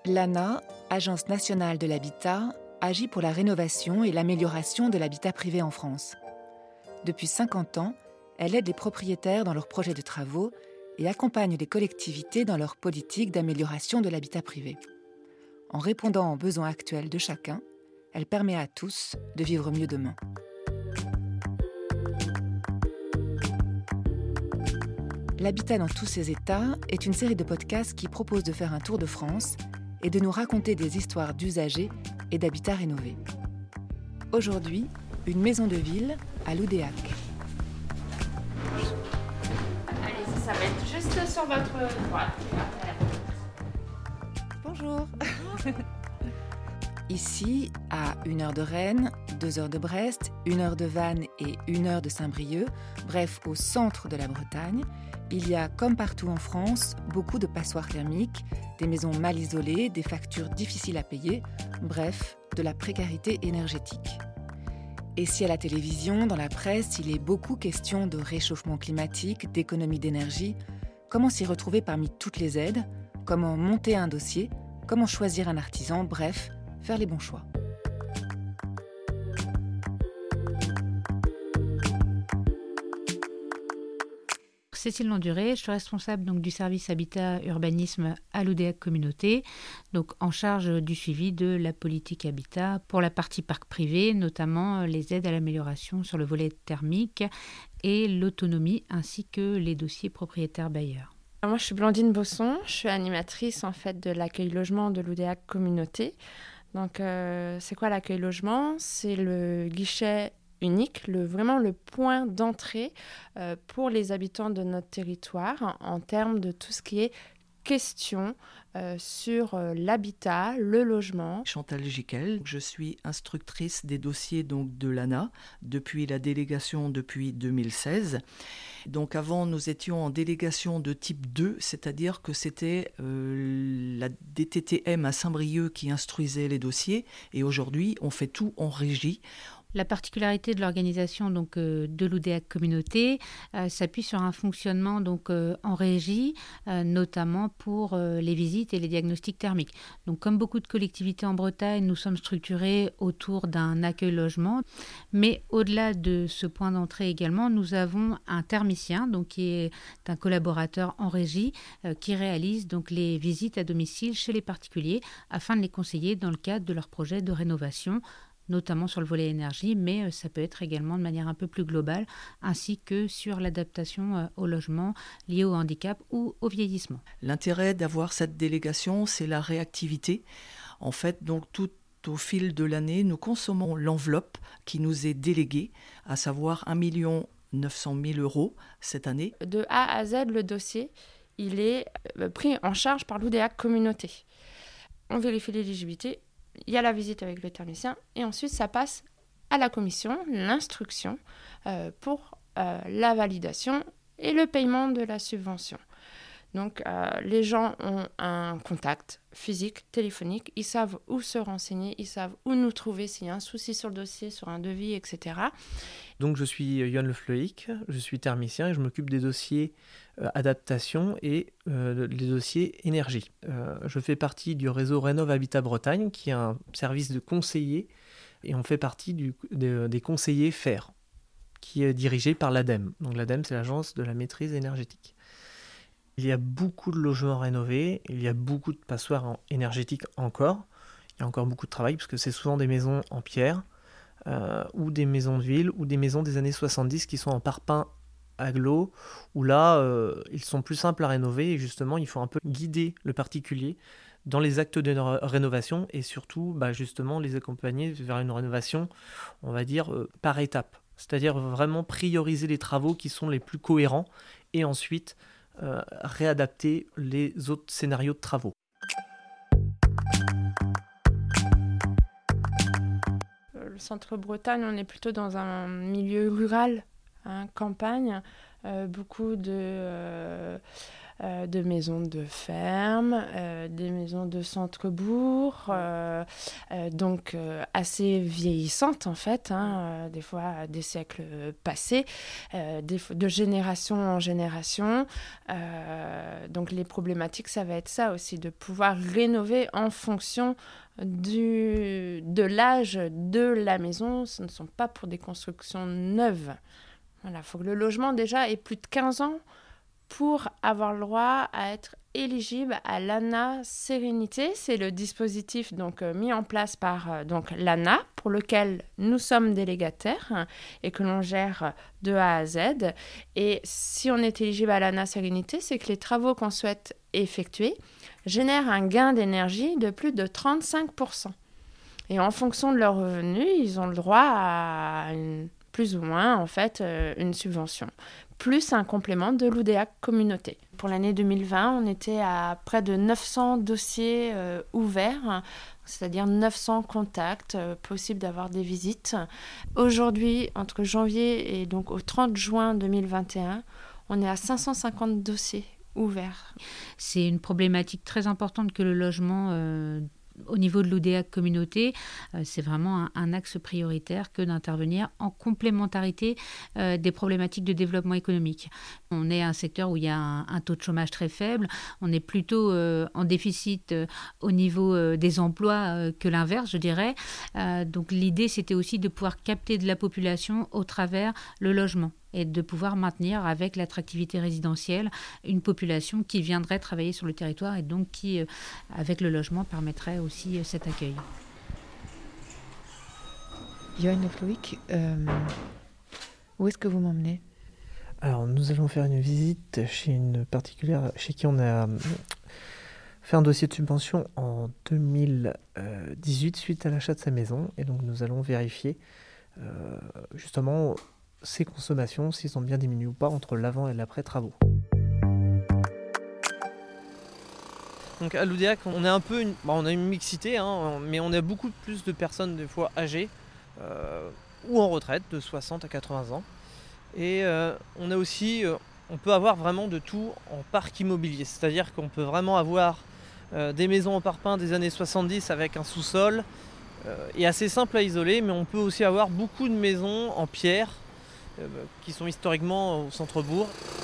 L'ANA, Agence nationale de l'habitat, agit pour la rénovation et l'amélioration de l'habitat privé en France. Depuis 50 ans, elle aide les propriétaires dans leurs projets de travaux et accompagne les collectivités dans leur politique d'amélioration de l'habitat privé. En répondant aux besoins actuels de chacun, elle permet à tous de vivre mieux demain. L'habitat dans tous ses états est une série de podcasts qui propose de faire un tour de France et de nous raconter des histoires d'usagers et d'habitats rénovés. Aujourd'hui, une maison de ville à Loudéac. Allez-y, ça va être juste sur votre droite. Bonjour. Ici, à 1 heure de Rennes, 2 heures de Brest, 1 heure de Vannes et 1 heure de Saint-Brieuc, bref, au centre de la Bretagne, il y a, comme partout en France, beaucoup de passoires thermiques, des maisons mal isolées, des factures difficiles à payer, bref, de la précarité énergétique. Et si à la télévision, dans la presse, il est beaucoup question de réchauffement climatique, d'économie d'énergie, comment s'y retrouver parmi toutes les aides, comment monter un dossier, comment choisir un artisan, bref, faire les bons choix. Cécile Landuré, je suis responsable donc, du service Habitat Urbanisme à Loudéac Communauté, donc en charge du suivi de la politique habitat pour la partie parc privé, notamment les aides à l'amélioration sur le volet thermique et l'autonomie, ainsi que les dossiers propriétaires bailleurs. Moi, je suis Blandine Bosson, je suis animatrice en fait de l'accueil logement de Loudéac Communauté. Donc, c'est quoi l'accueil logement ? C'est le guichet unique, vraiment le point d'entrée pour les habitants de notre territoire en termes de tout ce qui est question sur l'habitat, le logement. Chantal Giquel, je suis instructrice des dossiers donc, de l'ANA depuis la délégation depuis 2016. Donc avant, nous étions en délégation de type 2, c'est-à-dire que c'était la DTTM à Saint-Brieuc qui instruisait les dossiers et aujourd'hui, on fait tout en régie. La particularité de l'organisation donc, de Loudéac Communauté s'appuie sur un fonctionnement donc, en régie, notamment pour les visites et les diagnostics thermiques. Donc, comme beaucoup de collectivités en Bretagne, nous sommes structurés autour d'un accueil logement. Mais au-delà de ce point d'entrée également, nous avons un thermicien donc, qui est un collaborateur en régie qui réalise donc, les visites à domicile chez les particuliers afin de les conseiller dans le cadre de leur projet de rénovation, notamment sur le volet énergie, mais ça peut être également de manière un peu plus globale, ainsi que sur l'adaptation au logement lié au handicap ou au vieillissement. L'intérêt d'avoir cette délégation, c'est la réactivité. En fait, donc tout au fil de l'année, nous consommons l'enveloppe qui nous est déléguée, à savoir 1 900 000 € cette année. De A à Z, le dossier, il est pris en charge par Loudéac Communauté. On vérifie l'éligibilité. Il y a la visite avec le thermicien et ensuite ça passe à la commission, l'instruction pour la validation et le paiement de la subvention. Donc les gens ont un contact physique, téléphonique, ils savent où se renseigner, ils savent où nous trouver s'il y a un souci sur le dossier, sur un devis, etc. Donc je suis Yoann Le Fleuic, je suis thermicien et je m'occupe des dossiers adaptation et les dossiers énergie. Je fais partie du réseau Rénov Habitat Bretagne qui est un service de conseillers et on fait partie des conseillers FER qui est dirigé par l'ADEME. Donc l'ADEME, c'est l'agence de la maîtrise énergétique. Il y a beaucoup de logements rénovés, il y a beaucoup de passoires énergétiques encore. Il y a encore beaucoup de travail parce que c'est souvent des maisons en pierre ou des maisons de ville ou des maisons des années 70 qui sont en parpaing agglo, où là, ils sont plus simples à rénover et justement, il faut un peu guider le particulier dans les actes de rénovation et surtout, justement, les accompagner vers une rénovation, on va dire, par étapes. C'est-à-dire vraiment prioriser les travaux qui sont les plus cohérents et ensuite réadapter les autres scénarios de travaux. Le centre-Bretagne, on est plutôt dans un milieu rural, campagne, beaucoup de de maisons de ferme, des maisons de centre-bourg, donc assez vieillissantes en fait, des fois des siècles passés, de génération en génération. Donc les problématiques, ça va être ça aussi, de pouvoir rénover en fonction de l'âge de la maison. Ce ne sont pas pour des constructions neuves. Voilà, il faut que le logement déjà ait plus de 15 ans pour avoir le droit à être éligible à l'ANA Sérénité. C'est le dispositif mis en place par l'ANA, pour lequel nous sommes délégataires et que l'on gère de A à Z. Et si on est éligible à l'ANA Sérénité, c'est que les travaux qu'on souhaite effectuer génèrent un gain d'énergie de plus de 35%. Et en fonction de leurs revenus, ils ont le droit à plus ou moins en fait une subvention, plus un complément de l'UDEAC communauté. Pour l'année 2020, on était à près de 900 dossiers ouverts, c'est-à-dire 900 contacts, possible d'avoir des visites. Aujourd'hui, entre janvier et donc au 30 juin 2021, on est à 550 dossiers ouverts. C'est une problématique très importante que le logement au niveau de l'UDEAC communauté, c'est vraiment un axe prioritaire que d'intervenir en complémentarité des problématiques de développement économique. On est un secteur où il y a un taux de chômage très faible, on est plutôt en déficit au niveau des emplois que l'inverse, je dirais. Donc l'idée, c'était aussi de pouvoir capter de la population au travers le logement et de pouvoir maintenir avec l'attractivité résidentielle une population qui viendrait travailler sur le territoire et donc qui, avec le logement, permettrait aussi cet accueil. Johan Le Floïc, où est-ce que vous m'emmenez ? Alors, nous allons faire une visite chez une particulière, chez qui on a fait un dossier de subvention en 2018 suite à l'achat de sa maison. Et donc, nous allons vérifier justement ses consommations, s'ils ont bien diminué ou pas entre l'avant et l'après travaux. Donc à l'UDEAC, on est un peu on a une mixité, mais on a beaucoup plus de personnes des fois âgées ou en retraite de 60 à 80 ans. Et on a aussi, on peut avoir vraiment de tout en parc immobilier, c'est-à-dire qu'on peut vraiment avoir des maisons en parpaing des années 70 avec un sous-sol et assez simple à isoler, mais on peut aussi avoir beaucoup de maisons en pierre qui sont historiquement au centre-bourg.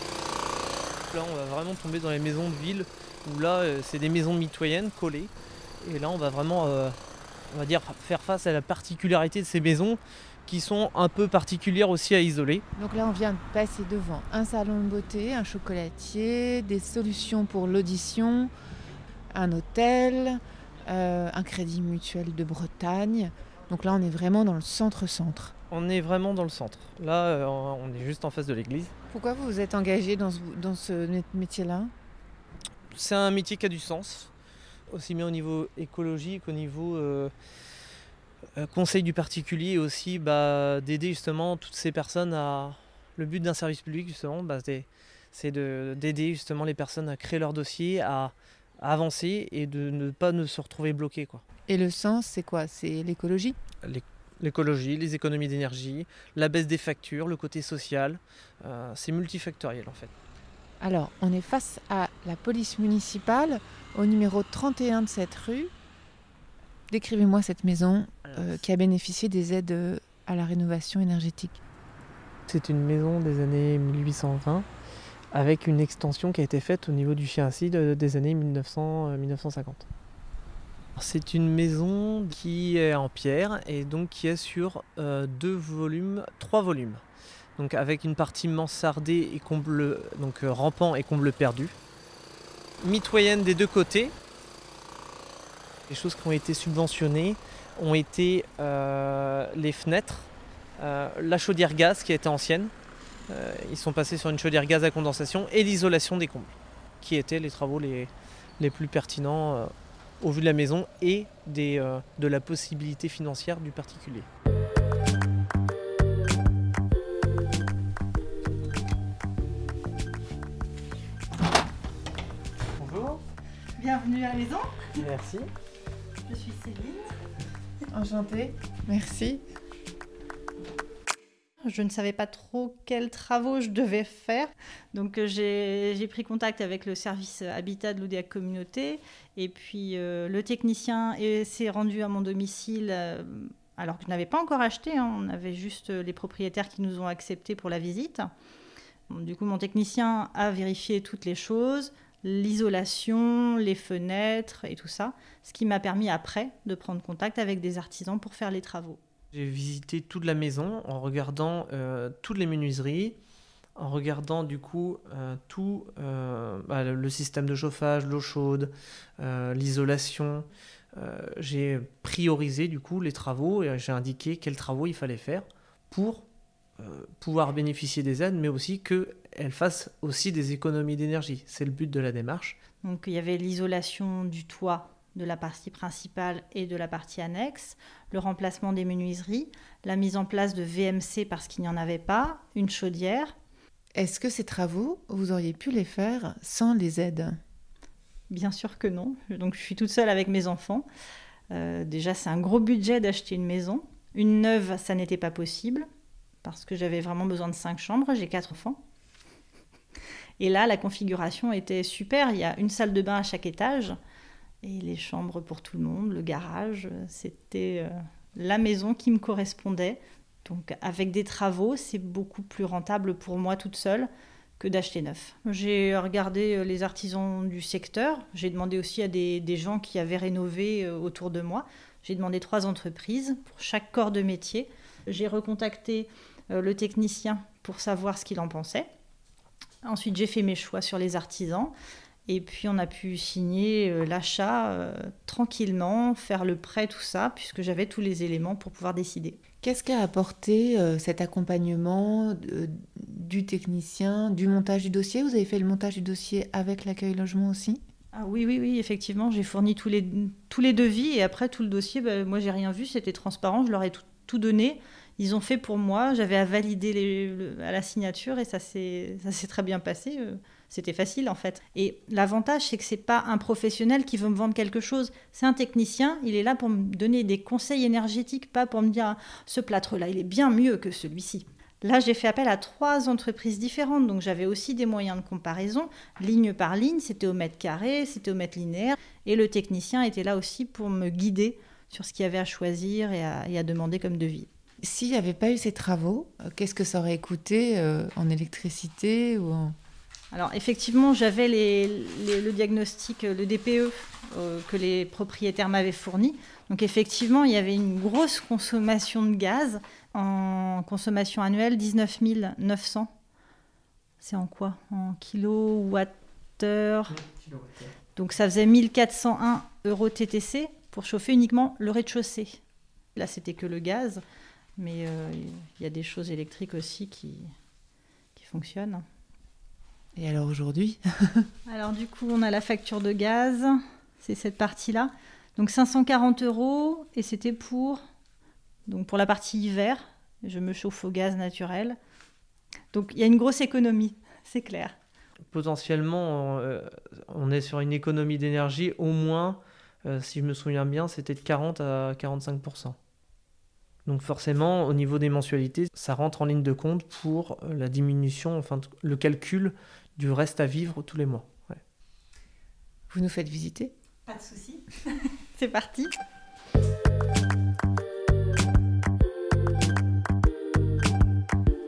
Là, on va vraiment tomber dans les maisons de ville où là, c'est des maisons mitoyennes collées. Et là, on va vraiment, on va dire, faire face à la particularité de ces maisons qui sont un peu particulières aussi à isoler. Donc là, on vient de passer devant un salon de beauté, un chocolatier, des solutions pour l'audition, un hôtel, un crédit mutuel de Bretagne. Donc là, on est vraiment dans le centre-centre. On est vraiment dans le centre. Là, on est juste en face de l'église. Pourquoi vous vous êtes engagé dans ce métier-là ? C'est un métier qui a du sens, aussi bien au niveau écologique, au niveau conseil du particulier, aussi d'aider justement toutes ces personnes à... Le but d'un service public, justement, c'est d'aider justement les personnes à créer leur dossier, à avancer et de ne pas se retrouver bloqués, quoi. Et le sens, c'est quoi ? C'est l'écologie ? L'écologie, les économies d'énergie, la baisse des factures, le côté social, c'est multifactoriel en fait. Alors, on est face à la police municipale, au numéro 31 de cette rue. Décrivez-moi cette maison qui a bénéficié des aides à la rénovation énergétique. C'est une maison des années 1820 avec une extension qui a été faite au niveau du Chien-Acide des années 1950. C'est une maison qui est en pierre et donc qui est sur 3 volumes. Donc avec une partie mansardée et comble, donc rampant et comble perdu. Mitoyenne des deux côtés. Les choses qui ont été subventionnées ont été les fenêtres, la chaudière gaz qui était ancienne. Ils sont passés sur une chaudière gaz à condensation et l'isolation des combles, qui étaient les travaux les plus pertinents au vu de la maison et de la possibilité financière du particulier. Bonjour. Bienvenue à la maison. Merci. Je suis Céline. Enchantée. Merci. Je ne savais pas trop quels travaux je devais faire. Donc j'ai pris contact avec le service habitat de l'UDEAC Communauté. Et puis le technicien s'est rendu à mon domicile alors que je n'avais pas encore acheté. On avait juste les propriétaires qui nous ont acceptés pour la visite. Du coup, mon technicien a vérifié toutes les choses, l'isolation, les fenêtres et tout ça. Ce qui m'a permis après de prendre contact avec des artisans pour faire les travaux. J'ai visité toute la maison en regardant toutes les menuiseries, en regardant du coup tout le système de chauffage, l'eau chaude, l'isolation. J'ai priorisé du coup les travaux et j'ai indiqué quels travaux il fallait faire pour pouvoir bénéficier des aides, mais aussi qu'elles fassent aussi des économies d'énergie. C'est le but de la démarche. Donc il y avait l'isolation du toit de la partie principale et de la partie annexe, le remplacement des menuiseries, la mise en place de VMC parce qu'il n'y en avait pas, une chaudière. Est-ce que ces travaux, vous auriez pu les faire sans les aides ? Bien sûr que non. Donc je suis toute seule avec mes enfants. Déjà, c'est un gros budget d'acheter une maison. Une neuve, ça n'était pas possible parce que j'avais vraiment besoin de 5 chambres. J'ai 4 enfants. Et là, la configuration était super. Il y a une salle de bain à chaque étage. Et les chambres pour tout le monde, le garage, c'était la maison qui me correspondait. Donc avec des travaux, c'est beaucoup plus rentable pour moi toute seule que d'acheter neuf. J'ai regardé les artisans du secteur. J'ai demandé aussi à des gens qui avaient rénové autour de moi. J'ai demandé 3 entreprises pour chaque corps de métier. J'ai recontacté le technicien pour savoir ce qu'il en pensait. Ensuite, j'ai fait mes choix sur les artisans. Et puis, on a pu signer l'achat tranquillement, faire le prêt, tout ça, puisque j'avais tous les éléments pour pouvoir décider. Qu'est-ce qu'a apporté cet accompagnement du technicien, du montage du dossier ? Vous avez fait le montage du dossier avec l'accueil logement aussi ? Ah oui, effectivement, j'ai fourni tous les devis et après tout le dossier, moi j'ai rien vu, c'était transparent, je leur ai tout donné. Ils ont fait pour moi, j'avais à valider à la signature et ça s'est très bien passé. C'était facile en fait. Et l'avantage, c'est que c'est pas un professionnel qui veut me vendre quelque chose. C'est un technicien, il est là pour me donner des conseils énergétiques, pas pour me dire ce plâtre-là, il est bien mieux que celui-ci. Là, j'ai fait appel à 3 entreprises différentes, donc j'avais aussi des moyens de comparaison, ligne par ligne, c'était au mètre carré, c'était au mètre linéaire, et le technicien était là aussi pour me guider sur ce qu'il y avait à choisir et à demander comme devis. S'il n'y avait pas eu ces travaux, qu'est-ce que ça aurait coûté en électricité ou en... Alors effectivement, j'avais le diagnostic, le DPE que les propriétaires m'avaient fourni. Donc effectivement, il y avait une grosse consommation de gaz. En consommation annuelle, 19 900. C'est en quoi ? En kilowattheure. Donc ça faisait 1401 € TTC pour chauffer uniquement le rez-de-chaussée. Là, c'était que le gaz. Mais il y a des choses électriques aussi qui fonctionnent. Et alors aujourd'hui ? Alors du coup, on a la facture de gaz, c'est cette partie-là. Donc 540 € et c'était pour la partie hiver. Je me chauffe au gaz naturel. Donc il y a une grosse économie, c'est clair. Potentiellement, on est sur une économie d'énergie au moins, si je me souviens bien, c'était de 40 à 45%. Donc forcément, au niveau des mensualités, ça rentre en ligne de compte pour la diminution, enfin le calcul du reste à vivre tous les mois. Ouais. Vous nous faites visiter ? Pas de souci. C'est parti. Waouh !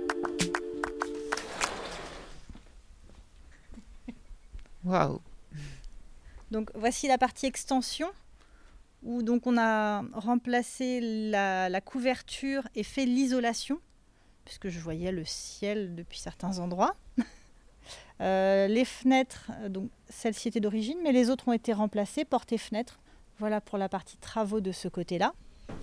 Donc voici la partie extension où donc on a remplacé la couverture et fait l'isolation puisque je voyais le ciel depuis certains endroits. Les fenêtres, donc celle-ci était d'origine, mais les autres ont été remplacées, portes et fenêtres. Voilà pour la partie travaux de ce côté-là.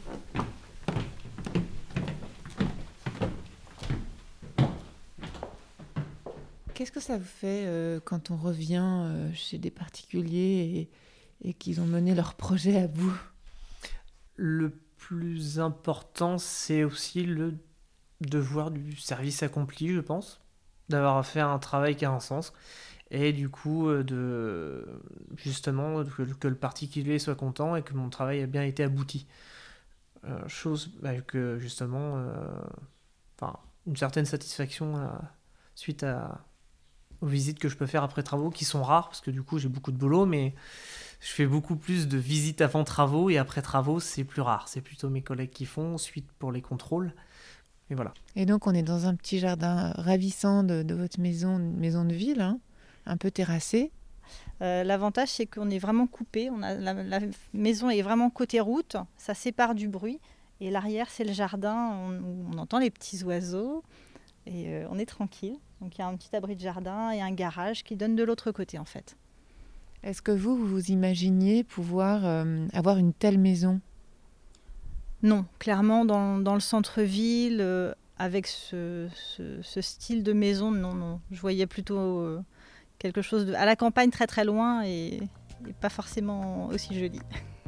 Qu'est-ce que ça vous fait quand on revient chez des particuliers et qu'ils ont mené leur projet à bout ? Le plus important, c'est aussi le devoir du service accompli, je pense, d'avoir fait un travail qui a un sens, et du coup, justement, que le particulier soit content et que mon travail a bien été abouti. Chose que, justement, une certaine satisfaction suite aux visites que je peux faire après travaux, qui sont rares, parce que du coup j'ai beaucoup de boulot, mais je fais beaucoup plus de visites avant travaux, et après travaux c'est plus rare. C'est plutôt mes collègues qui font, ensuite pour les contrôles. Et voilà. Et donc on est dans un petit jardin ravissant de votre maison, une maison de ville, hein, un peu terrassée. L'avantage, c'est qu'on est vraiment coupé. La maison est vraiment côté route, ça sépare du bruit. Et l'arrière, c'est le jardin, on entend les petits oiseaux et on est tranquille. Donc il y a un petit abri de jardin et un garage qui donne de l'autre côté en fait. Est-ce que vous imaginiez pouvoir avoir une telle maison ? Non, clairement dans le centre-ville, avec ce style de maison, non. Je voyais plutôt quelque chose à la campagne très très loin et pas forcément aussi joli.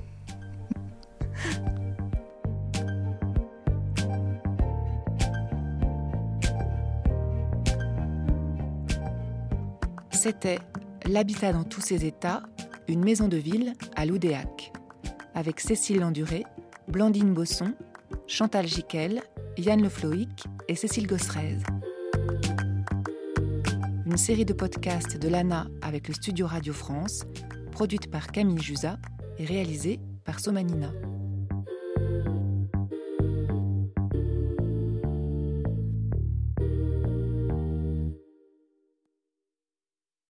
C'était L'habitat dans tous ses états, une maison de ville à Loudéac, avec Cécile Landuré, Blandine Bosson, Chantal Jiquel, Yann Le Floïc et Cécile Gosserez. Une série de podcasts de l'ANA avec le studio Radio France, produite par Camille Jusa et réalisée par Somanina.